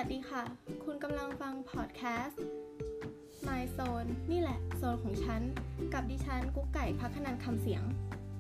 วัสดีค่ะคุณกำลังฟังพอดแคสต์ My Zone นี่แหละโซนของฉันกับดิฉันกุ๊กไก่ภัคนันท์คำเสียง